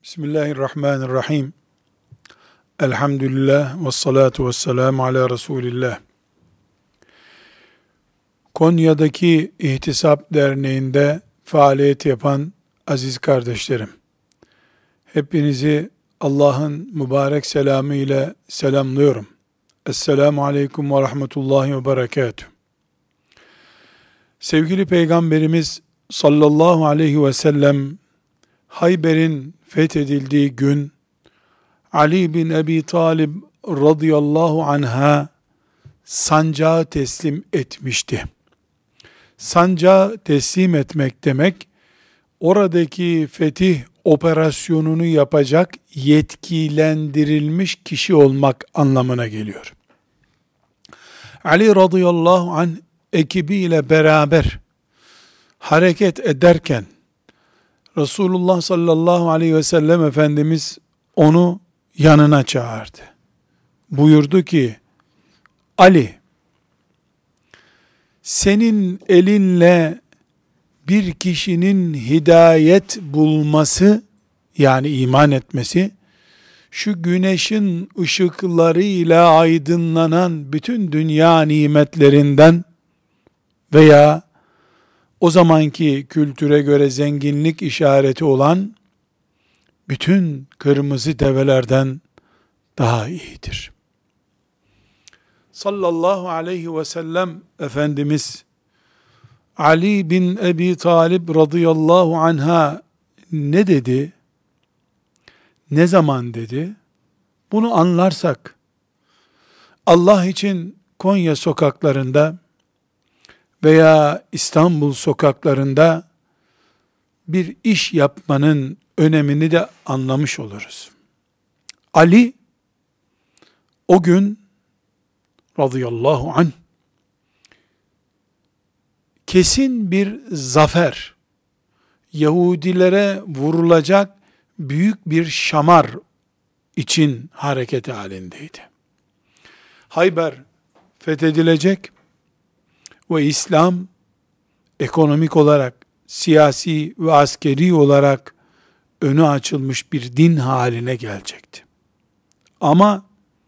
Bismillahirrahmanirrahim. Elhamdülillah ve salatu ve selamu ala Resulillah. Konya'daki İhtisap Derneği'nde faaliyet yapan aziz kardeşlerim, hepinizi Allah'ın mübarek selamı ile selamlıyorum. Esselamu aleyküm ve rahmetullahi ve berekatuhu. Sevgili Peygamberimiz sallallahu aleyhi ve sellem Hayber'in fethedildiği gün Ali bin Ebi Talib radıyallahu anha sancağı teslim etmişti. Sancağı teslim etmek demek, oradaki fetih operasyonunu yapacak yetkilendirilmiş kişi olmak anlamına geliyor. Ali radıyallahu anh ekibiyle beraber hareket ederken Resulullah sallallahu aleyhi ve sellem Efendimiz onu yanına çağırdı. Buyurdu ki, Ali, senin elinle bir kişinin hidayet bulması, yani iman etmesi, şu güneşin ışıklarıyla aydınlanan bütün dünya nimetlerinden veya o zamanki kültüre göre zenginlik işareti olan bütün kırmızı develerden daha iyidir. Sallallahu aleyhi ve sellem Efendimiz Ali bin Ebi Talib radıyallahu anha ne dedi? Ne zaman dedi? Bunu anlarsak Allah için Konya sokaklarında veya İstanbul sokaklarında bir iş yapmanın önemini de anlamış oluruz. Ali o gün radıyallahu anh kesin bir zafer, Yahudilere vurulacak büyük bir şamar için hareket halindeydi. Hayber fethedilecek ve İslam ekonomik olarak, siyasi ve askeri olarak önü açılmış bir din haline gelecekti. Ama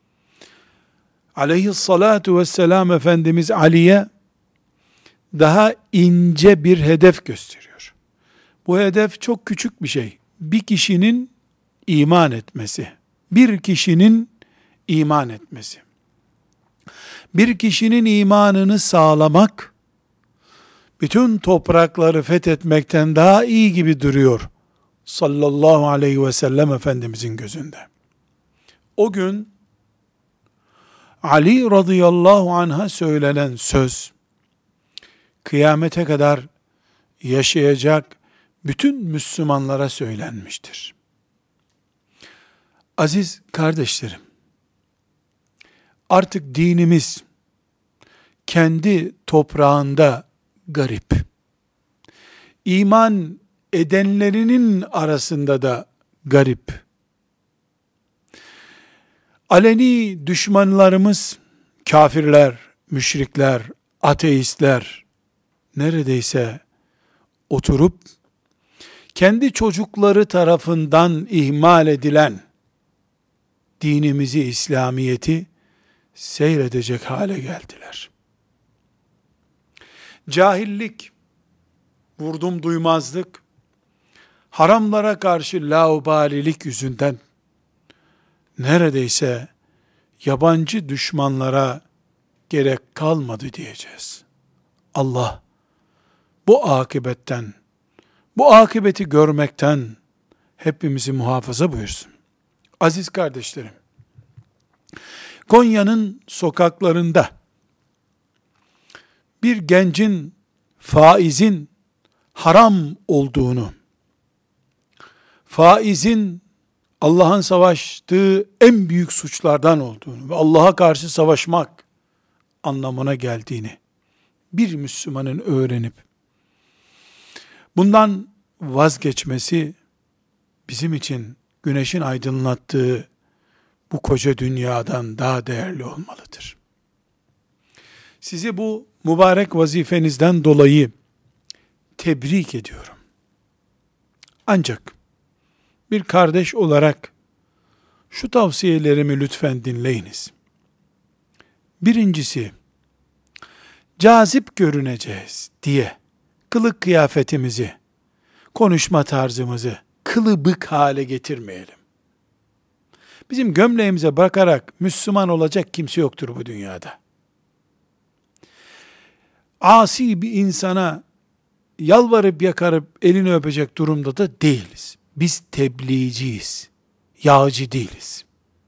aleyhissalatu vesselam Efendimiz Ali'ye daha ince bir hedef gösteriyor. Bu hedef çok küçük bir şey. Bir kişinin iman etmesi. Bir kişinin iman etmesi. Bir kişinin imanını sağlamak, bütün toprakları fethetmekten daha iyi gibi duruyor sallallahu aleyhi ve sellem Efendimizin gözünde. O gün Ali radıyallahu anh'a söylenen söz, kıyamete kadar yaşayacak bütün Müslümanlara söylenmiştir. Aziz kardeşlerim, artık dinimiz kendi toprağında garip. İman edenlerinin arasında da garip. Aleni düşmanlarımız, kafirler, müşrikler, ateistler neredeyse oturup kendi çocukları tarafından ihmal edilen dinimizi, İslamiyeti seyredecek hale geldiler. Cahillik, vurdum duymazlık, haramlara karşı laubalilik yüzünden neredeyse yabancı düşmanlara gerek kalmadı diyeceğiz. Allah bu akıbetten, bu akıbeti görmekten hepimizi muhafaza buyursun. Aziz kardeşlerim, Konya'nın sokaklarında bir gencin faizin haram olduğunu, faizin Allah'ın savaştığı en büyük suçlardan olduğunu ve Allah'a karşı savaşmak anlamına geldiğini bir Müslümanın öğrenip bundan vazgeçmesi bizim için güneşin aydınlattığı bu koca dünyadan daha değerli olmalıdır. Sizi bu mübarek vazifenizden dolayı tebrik ediyorum. Ancak bir kardeş olarak şu tavsiyelerimi lütfen dinleyiniz. Birincisi, cazip görüneceğiz diye kılık kıyafetimizi, konuşma tarzımızı kılıbık hale getirmeyelim. Bizim gömleğimize bakarak Müslüman olacak kimse yoktur bu dünyada. Asi bir insana yalvarıp yakarıp elini öpecek durumda da değiliz. Biz tebliğciyiz, yağcı değiliz.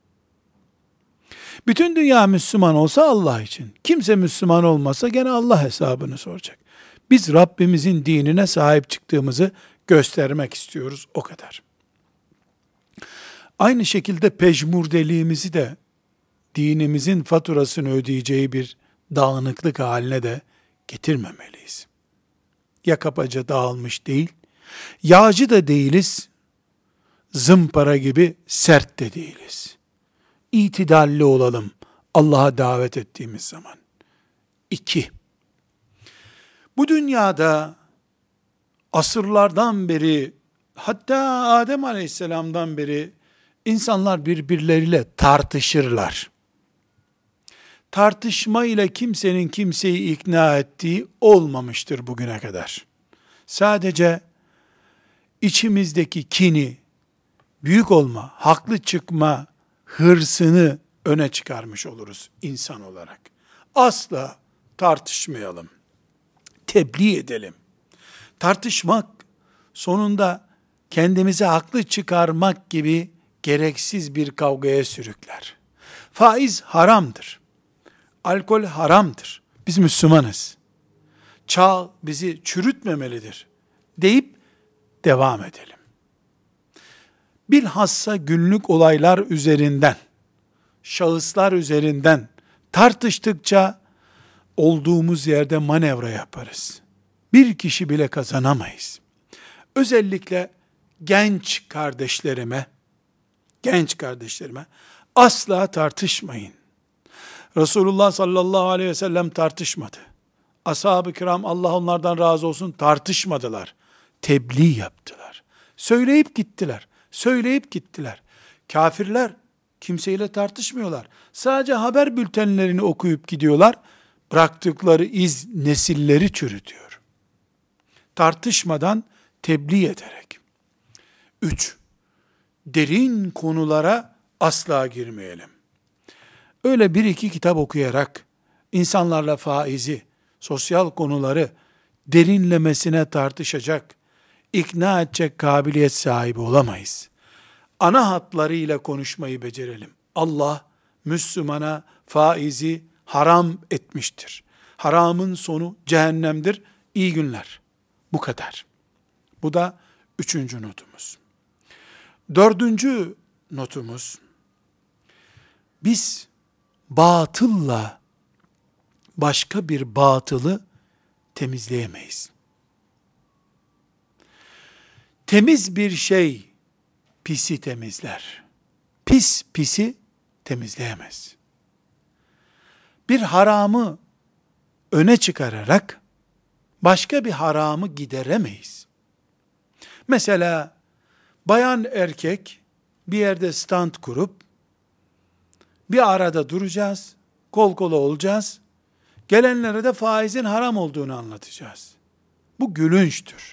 Bütün dünya Müslüman olsa Allah için. Kimse Müslüman olmasa gene Allah hesabını soracak. Biz Rabbimizin dinine sahip çıktığımızı göstermek istiyoruz, o kadar. Aynı şekilde pejmurdeliğimizi de dinimizin faturasını ödeyeceği bir dağınıklık haline de getirmemeliyiz. Yaka dağılmış değil, yağcı da değiliz, zımpara gibi sert de değiliz. İtidalli olalım Allah'a davet ettiğimiz zaman. 2. Bu dünyada asırlardan beri, hatta Adem Aleyhisselam'dan beri insanlar birbirleriyle tartışırlar. Tartışma ile kimsenin kimseyi ikna ettiği olmamıştır bugüne kadar. Sadece içimizdeki kini, büyük olma, haklı çıkma hırsını öne çıkarmış oluruz insan olarak. Asla tartışmayalım. Tebliğ edelim. Tartışmak sonunda kendimizi haklı çıkarmak gibi gereksiz bir kavgaya sürükler. Faiz haramdır. Alkol haramdır. Biz Müslümanız. Çağ bizi çürütmemelidir deyip devam edelim. Bilhassa günlük olaylar üzerinden, şahıslar üzerinden tartıştıkça olduğumuz yerde manevra yaparız. Bir kişi bile kazanamayız. Özellikle genç kardeşlerime asla tartışmayın. Resulullah sallallahu aleyhi ve sellem tartışmadı. Ashab-ı kiram, Allah onlardan razı olsun, tartışmadılar. Tebliğ yaptılar. Söyleyip gittiler. Kafirler kimseyle tartışmıyorlar. Sadece haber bültenlerini okuyup gidiyorlar. Bıraktıkları iz nesilleri çürütüyor. Tartışmadan, tebliğ ederek. 3. Derin konulara asla girmeyelim. Öyle bir iki kitap okuyarak insanlarla faizi, sosyal konuları derinlemesine tartışacak, ikna edecek kabiliyet sahibi olamayız. Ana hatlarıyla konuşmayı becerelim. Allah Müslümana faizi haram etmiştir. Haramın sonu cehennemdir. İyi günler. Bu kadar. Bu da 3. notumuz. 4. notumuz, biz batılla başka bir batılı temizleyemeyiz. Temiz bir şey pisi temizler. Pis pisi temizleyemez. Bir haramı öne çıkararak başka bir haramı gideremeyiz. Mesela bayan erkek bir yerde stand kurup bir arada duracağız, kol kola olacağız. Gelenlere de faizin haram olduğunu anlatacağız. Bu gülünçtür.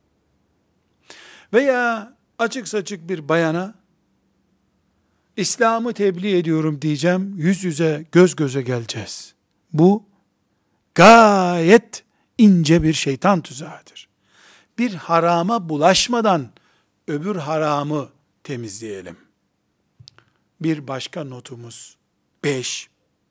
Veya açık saçık bir bayana İslam'ı tebliğ ediyorum diyeceğim, yüz yüze, göz göze geleceğiz. Bu gayet ince bir şeytan tuzağıdır. Bir harama bulaşmadan öbür haramı temizleyelim. Bir başka notumuz 5.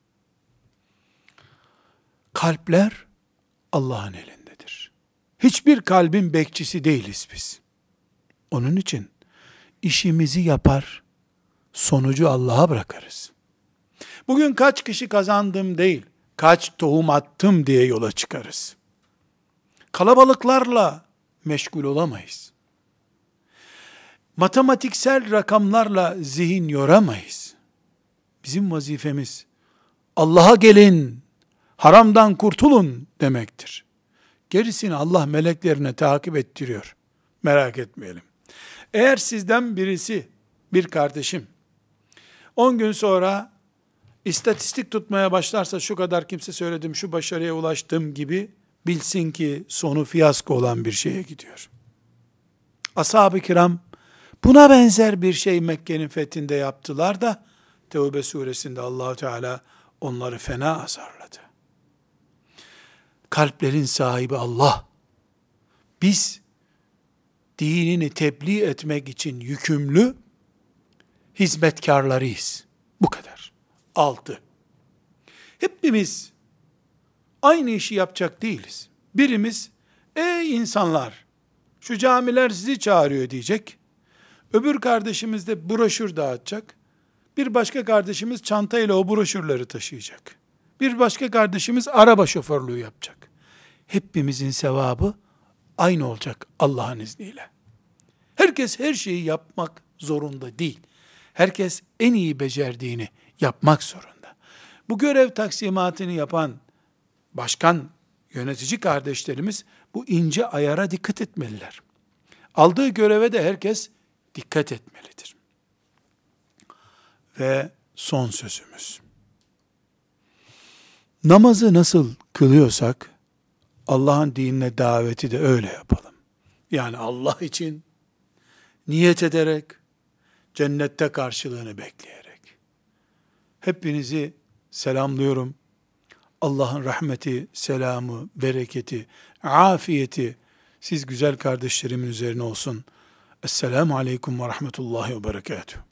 Kalpler Allah'ın elindedir. Hiçbir kalbin bekçisi değiliz biz. Onun için işimizi yapar, sonucu Allah'a bırakarız. Bugün kaç kişi kazandım değil, kaç tohum attım diye yola çıkarız. Kalabalıklarla meşgul olamayız. Matematiksel rakamlarla zihin yoramayız. Bizim vazifemiz Allah'a gelin, haramdan kurtulun demektir. Gerisini Allah meleklerine takip ettiriyor. Merak etmeyelim. Eğer sizden birisi, bir kardeşim, 10 gün sonra istatistik tutmaya başlarsa şu kadar kimse söyledim, şu başarıya ulaştım gibi, bilsin ki sonu fiyasko olan bir şeye gidiyor. Ashab-ı kiram buna benzer bir şey Mekke'nin fethinde yaptılar da Tevbe suresinde Allahu Teala onları fena azarladı. Kalplerin sahibi Allah. Biz dinini tebliğ etmek için yükümlü hizmetkarlarıyız. Bu kadar. 6. Hepimiz aynı işi yapacak değiliz. Birimiz, ey insanlar, şu camiler sizi çağırıyor diyecek. Öbür kardeşimiz de broşür dağıtacak. Bir başka kardeşimiz çantayla o broşürleri taşıyacak. Bir başka kardeşimiz araba şoförlüğü yapacak. Hepimizin sevabı aynı olacak Allah'ın izniyle. Herkes her şeyi yapmak zorunda değil. Herkes en iyi becerdiğini yapmak zorunda. Bu görev taksimatını yapan başkan, yönetici kardeşlerimiz bu ince ayara dikkat etmeliler. Aldığı göreve de herkes dikkat etmelidir. Ve son sözümüz. Namazı nasıl kılıyorsak, Allah'ın dinine daveti de öyle yapalım. Yani Allah için niyet ederek, cennette karşılığını bekleyerek. Hepinizi selamlıyorum. Allah'ın rahmeti, selamı, bereketi, afiyeti siz güzel kardeşlerimin üzerine olsun. Esselamu aleyküm ve rahmetullahi ve berekatuhu.